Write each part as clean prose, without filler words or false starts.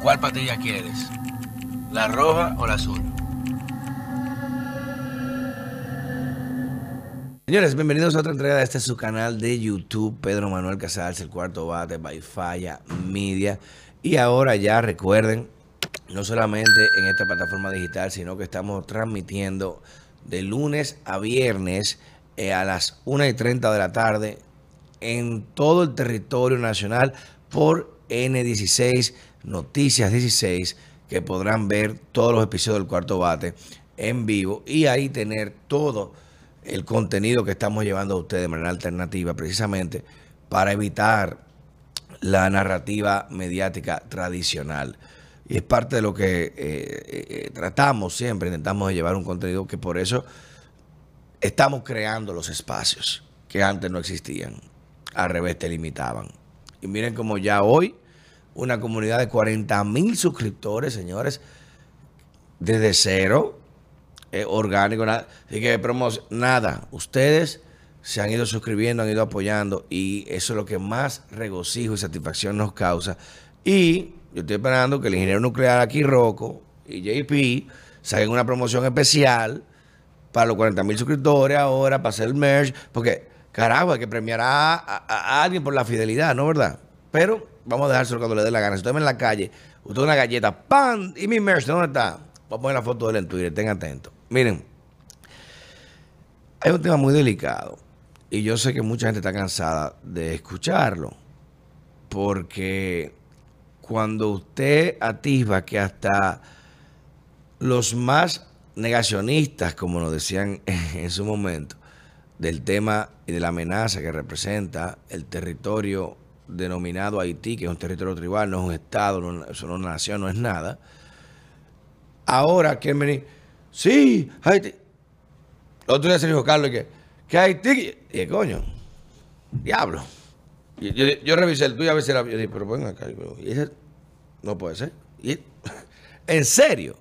¿Cuál patilla quieres? ¿La roja o la azul? Señores, bienvenidos a otra entrega de este su canal de YouTube, Pedro Manuel Casals, el cuarto bate, by Falla Media. Y ahora ya recuerden, no solamente en esta plataforma digital, sino que estamos transmitiendo de lunes a viernes a las 1:30 de la tarde en todo el territorio nacional por N16, Noticias 16, que podrán ver todos los episodios del cuarto bate en vivo y ahí tener todo el contenido que estamos llevando a ustedes de manera alternativa, precisamente para evitar la narrativa mediática tradicional. Y es parte de lo que tratamos siempre, intentamos llevar un contenido que por eso estamos creando los espacios que antes no existían. Al revés, te limitaban. Y miren como ya hoy, una comunidad de 40,000 suscriptores, señores, desde cero, orgánico, nada. Así que nada, ustedes se han ido suscribiendo, han ido apoyando y eso es lo que más regocijo y satisfacción nos causa. Y yo estoy esperando que el ingeniero nuclear aquí, Rocco, y JP saquen una promoción especial para los 40,000 suscriptores ahora, para hacer el merge, porque carajo, hay que premiar a alguien por la fidelidad, ¿no? ¿Verdad? Pero vamos a dejárselo cuando le dé la gana. Si usted ve en la calle, usted una galleta, ¡pam! ¿Y mi merge dónde está? Voy a poner la foto de él en Twitter, estén atentos. Miren, hay un tema muy delicado y yo sé que mucha gente está cansada de escucharlo, porque cuando usted atisba que hasta los más negacionistas, como nos decían en su momento, del tema y de la amenaza que representa el territorio denominado Haití, que es un territorio tribal, no es un estado, no es una nación, no es nada. Ahora quieren venir, sí, Haití. El otro día se dijo Carlos que Haití, y coño, diablo. Yo revisé el tuyo a veces, yo dije, pero venga acá, y ese no puede ser. Y, en serio,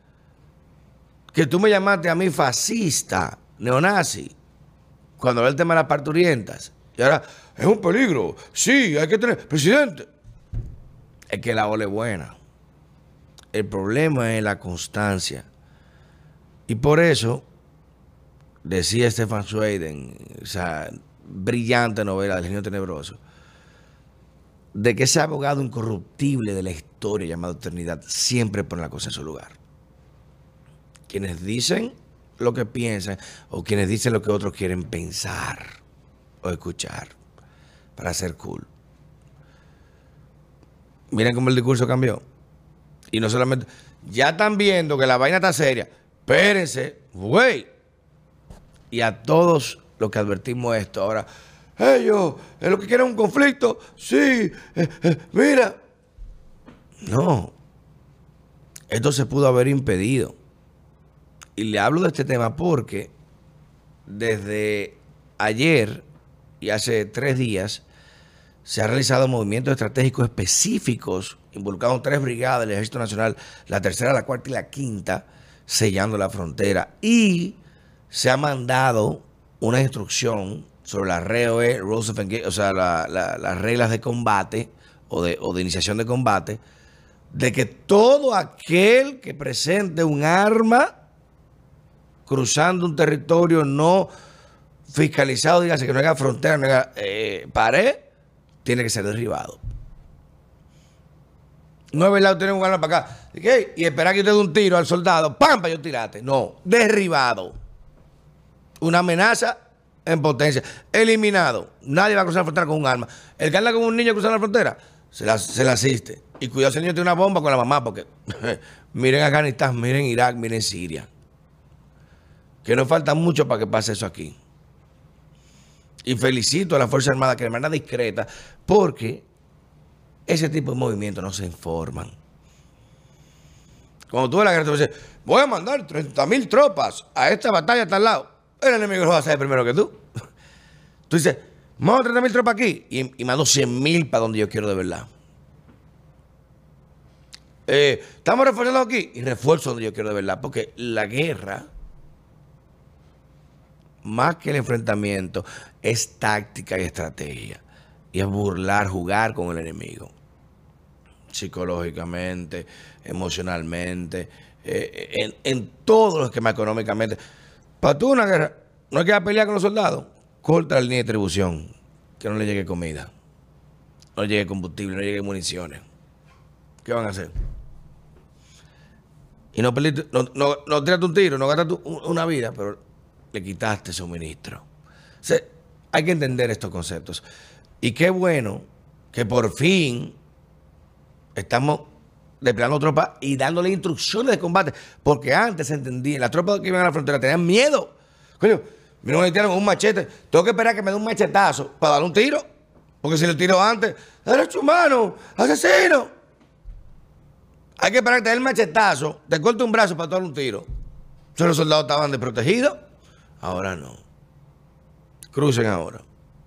que tú me llamaste a mí fascista, neonazi, cuando ve el tema de las parturientas, y ahora es un peligro, sí, hay que tener presidente. Es que la ola es buena. El problema es la constancia. Y por eso, decía Stefan Zweig en esa brillante novela del genio tenebroso, de que ese abogado incorruptible de la historia llamado eternidad siempre pone la cosa en su lugar. Quienes dicen lo que piensan o quienes dicen lo que otros quieren pensar o escuchar para ser cool. Miren cómo el discurso cambió. Y no solamente, ya están viendo que la vaina está seria. Espérense, güey. Y a todos los que advertimos esto ahora, ellos, es lo que quieren un conflicto, sí, mira. No, esto se pudo haber impedido. Y le hablo de este tema porque desde ayer y hace 3 días se han realizado movimientos estratégicos específicos involucrando 3 brigadas del Ejército Nacional, la 3ª, la 4ª y la 5ª, sellando la frontera. Y se ha mandado una instrucción sobre las ROE, Rules of Engagement, o sea, las reglas de combate o de iniciación de combate, de que todo aquel que presente un arma cruzando un territorio no fiscalizado, dígase que no haya frontera, no haya pared, tiene que ser derribado. No es verdad tener un arma para acá y esperar que usted dé un tiro al soldado, ¡pam! Para yo tirarte. No, derribado. Una amenaza en potencia. Eliminado. Nadie va a cruzar la frontera con un arma. El que anda con un niño cruzando la frontera, se la asiste. Y cuidado si el niño tiene una bomba con la mamá, porque miren Afganistán, miren Irak, miren Siria. Que no falta mucho para que pase eso aquí. Y felicito a la Fuerza Armada que de manera discreta, porque ese tipo de movimientos no se informan. Cuando tú ves la guerra, tú dices, voy a mandar 30,000 tropas a esta batalla a tal lado. El enemigo lo va a hacer primero que tú. Tú dices, mando 30,000 tropas aquí y mando 100,000 para donde yo quiero de verdad. Estamos reforzando aquí y refuerzo donde yo quiero de verdad, porque la guerra, más que el enfrentamiento, es táctica y estrategia. Y es burlar, jugar con el enemigo. psicológicamente, emocionalmente, en todos los esquemas económicamente. Para tú una guerra, no hay que ir a pelear con los soldados, corta la línea de distribución, que no le llegue comida, no le llegue combustible, no le llegue municiones. ¿Qué van a hacer? Y no perdiste, no tiraste un tiro, no gastaste una vida, pero le quitaste suministro. O sea, hay que entender estos conceptos. Y qué bueno que por fin estamos desplegando tropas y dándole instrucciones de combate. Porque antes se entendía, las tropas que iban a la frontera tenían miedo. Coño, vino un haitiano con un machete, tengo que esperar a que me dé un machetazo para darle un tiro. Porque si le tiro antes, derecho humano, asesino. Hay que esperar a que te dé el machetazo, te corte un brazo para darle un tiro. Entonces los soldados estaban desprotegidos. Ahora no. Crucen ahora.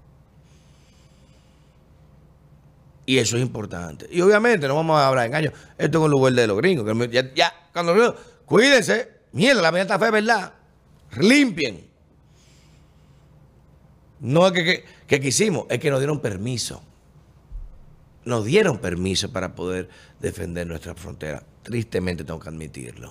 Y eso es importante. Y obviamente no vamos a hablar de engaño. Esto es un lugar de los gringos. Que cuando cuídense. Mierda, la medida está fea, ¿verdad? Limpien. No es que quisimos, es que nos dieron permiso. Nos dieron permiso para poder defender nuestra frontera. Tristemente tengo que admitirlo.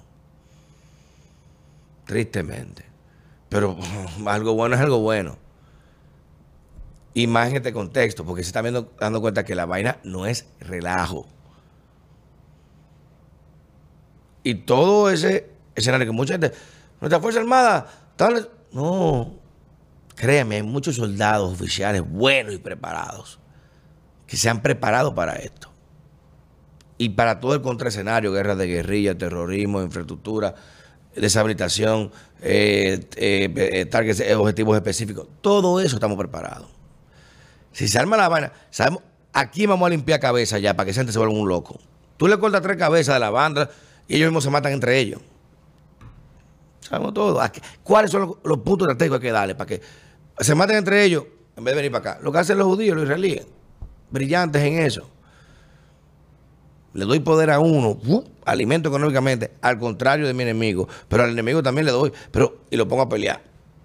Tristemente. Pero algo bueno es algo bueno. Y más en este contexto, porque se está dando cuenta que la vaina no es relajo. Y todo ese escenario que mucha gente, nuestra Fuerza Armada, no, créanme, hay muchos soldados, oficiales buenos y preparados, que se han preparado para esto. Y para todo el contraescenario, guerras de guerrilla, terrorismo, infraestructura, deshabilitación, targets, objetivos específicos, todo eso estamos preparados. Si se arma la vaina, sabemos, aquí vamos a limpiar cabezas ya para que esa gente se vuelva un loco. Tú le cortas 3 cabezas de la banda y ellos mismos se matan entre ellos. Sabemos todo. ¿Cuáles son los puntos estratégicos que hay que darle para que se maten entre ellos en vez de venir para acá? Lo que hacen los judíos, los israelíes, brillantes en eso. Le doy poder a uno, alimento económicamente, al contrario de mi enemigo, pero al enemigo también le doy, y lo pongo a pelear.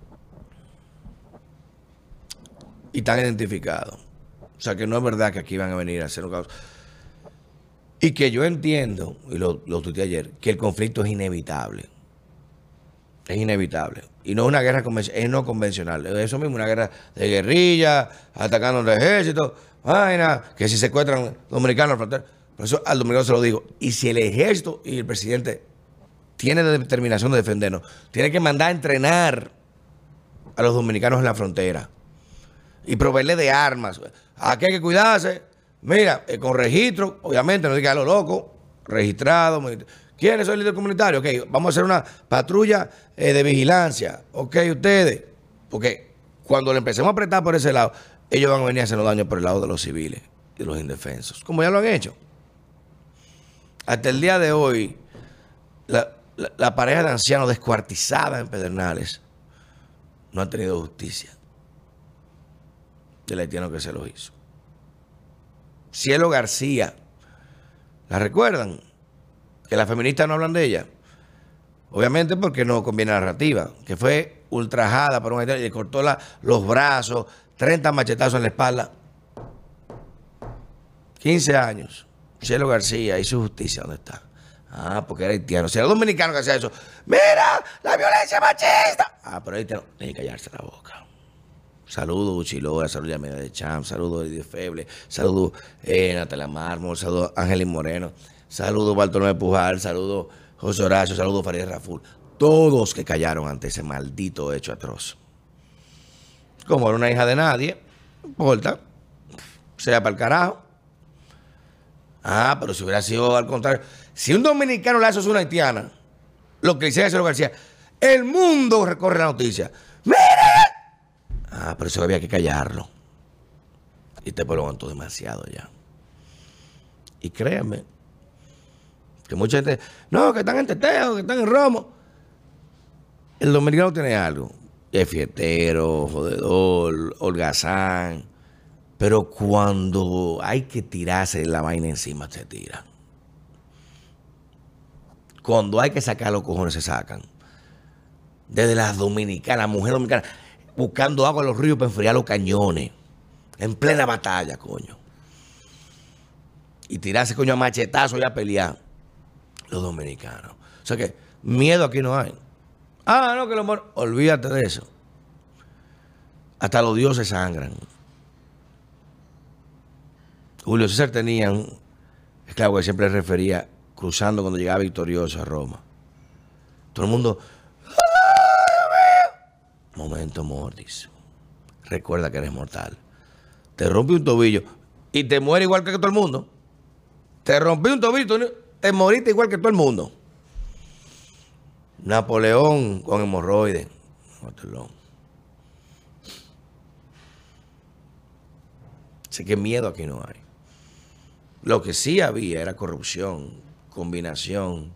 Y están identificados. O sea que no es verdad que aquí van a venir a hacer un caos. Y que yo entiendo, y lo tuiteé ayer, que el conflicto es inevitable. Es inevitable. Y no es una guerra convencional, es no convencional. Eso mismo, una guerra de guerrilla, atacando al ejército, vaina, que si secuestran dominicanos a la frontera. Por eso al dominicano se lo digo. Y si el ejército y el presidente tienen determinación de defendernos, tiene que mandar a entrenar a los dominicanos en la frontera y proveerle de armas. Aquí hay que cuidarse. Mira, con registro, obviamente, no diga a lo loco, registrado. ¿Quiénes son el líder comunitario? Ok, vamos a hacer una patrulla de vigilancia. Ok, ustedes. Porque cuando le empecemos a apretar por ese lado, ellos van a venir a hacernos daño por el lado de los civiles y los indefensos, como ya lo han hecho. Hasta el día de hoy, la pareja de ancianos descuartizada en Pedernales no han tenido justicia del haitiano que se los hizo. Cielo García, ¿la recuerdan? Que las feministas no hablan de ella. Obviamente porque no conviene la narrativa, que fue ultrajada por un haitiano y le cortó los brazos, 30 machetazos en la espalda. 15 años. Cielo García hizo justicia, ¿dónde está? Ah, porque era haitiano. Si era dominicano que hacía eso, ¡mira la violencia machista! Ah, pero haitiano, tiene que callarse la boca. Saludos Uchilora, saludos Yamina de Champ, saludos Lidia Feble, saludos Natalia Mármol, saludos Ángeles Moreno, saludos Bartolomé Pujal, saludos José Horacio, saludos Farideh Raful. Todos que callaron ante ese maldito hecho atroz. Como era una hija de nadie, no importa, sea para el carajo. Ah, pero si hubiera sido al contrario. Si un dominicano le hace eso a una haitiana, lo que dice Cielo García, el mundo recorre la noticia. ¡Mira! Ah, pero eso había que callarlo. Y este pueblo aguantó demasiado ya. Y créanme, que mucha gente, no, que están en teteo, que están en romo. El dominicano tiene algo. Es fiestero, jodedor, holgazán. Pero cuando hay que tirarse la vaina encima, se tiran. Cuando hay que sacar los cojones, se sacan. Desde las dominicanas, la mujer dominicana, buscando agua en los ríos para enfriar los cañones. En plena batalla, coño. y tirarse coño a machetazo y a pelear los dominicanos. O sea que miedo aquí no hay. Ah, no, que los moros. Olvídate de eso. Hasta los dioses sangran. Julio César tenía un esclavo que siempre refería cruzando cuando llegaba victorioso a Roma. Todo el mundo. Momento mortis. Recuerda que eres mortal. Te rompe un tobillo y te muere igual que todo el mundo. Te rompí un tobillo, te moriste igual que todo el mundo. Napoleón con hemorroides. Así que miedo aquí no hay. Lo que sí había era corrupción, combinación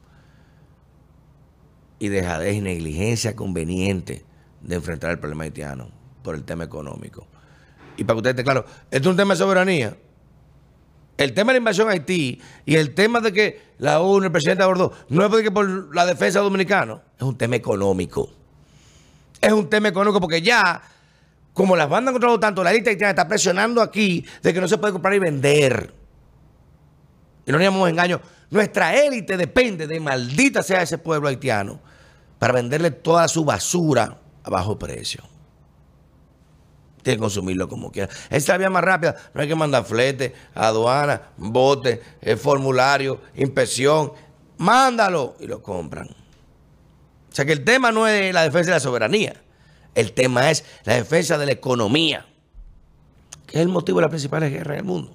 y dejadez y negligencia conveniente de enfrentar el problema haitiano por el tema económico. Y para que ustedes estén claros, esto es un tema de soberanía. El tema de la invasión a Haití y el tema de que la ONU, el presidente abordó, no es porque por la defensa dominicana, es un tema económico. Es un tema económico porque ya, como las bandas han controlado tanto, la élite haitiana está presionando aquí de que no se puede comprar y vender. Y no nos engaño, nuestra élite depende de maldita sea ese pueblo haitiano para venderle toda su basura a bajo precio. Tiene que consumirlo como quiera. Esa es la vía más rápida. No hay que mandar flete, aduana, bote, formulario, inspección. Mándalo y lo compran. O sea que el tema no es la defensa de la soberanía. El tema es la defensa de la economía, que es el motivo de las principales guerras en el mundo.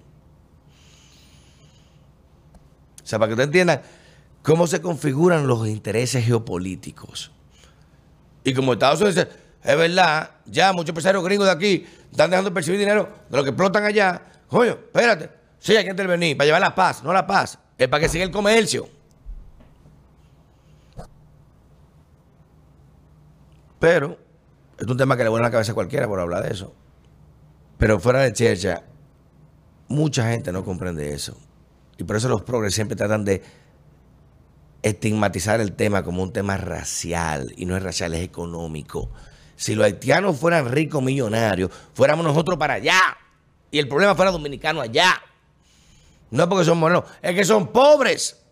O sea, para que ustedes entiendan cómo se configuran los intereses geopolíticos. Y como Estados Unidos dice, es verdad, ya muchos empresarios gringos de aquí están dejando de percibir dinero de lo que explotan allá. Coño, espérate. Sí, hay que intervenir para llevar la paz, no la paz. Es para que siga el comercio. Pero, es un tema que le vuelve la cabeza a cualquiera por hablar de eso. Pero fuera de chercha, mucha gente no comprende eso. Y por eso los progres siempre tratan de estigmatizar el tema como un tema racial. Y no es racial, es económico. Si los haitianos fueran ricos, millonarios, fuéramos nosotros para allá. Y el problema fuera dominicano allá. No es porque son morenos, es que son pobres.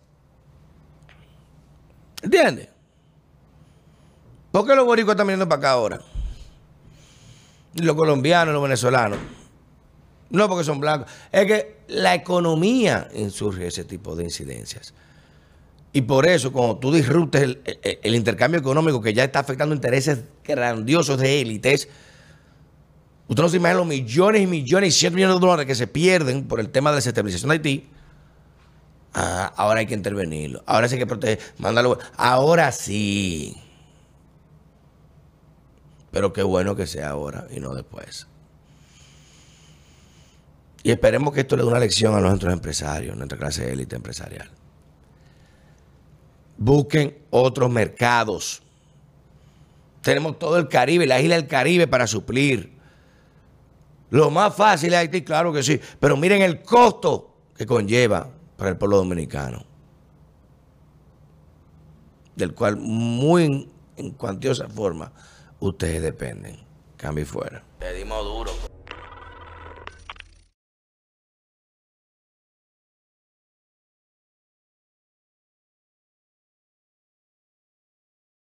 ¿Entiendes? ¿Por qué los boricuas están viniendo para acá ahora? Y los colombianos, los venezolanos. No porque son blancos. Es que la economía insurge ese tipo de incidencias. Y por eso, cuando tú disruptes el intercambio económico que ya está afectando intereses grandiosos de élites, usted no se imagina los millones y millones y cientos millones de dólares que se pierden por el tema de la desestabilización de Haití. Ah, ahora hay que intervenirlo. Ahora sí hay que proteger. Mándalo. Ahora sí. Pero qué bueno que sea ahora y no después. Y esperemos que esto le dé una lección a nuestros empresarios, nuestra clase de élite empresarial. Busquen otros mercados. Tenemos todo el Caribe, la isla del Caribe para suplir. Lo más fácil es Haití, claro que sí. Pero miren el costo que conlleva para el pueblo dominicano. Del cual muy en cuantiosa forma ustedes dependen. Cambio y fuera. Le dimos duro.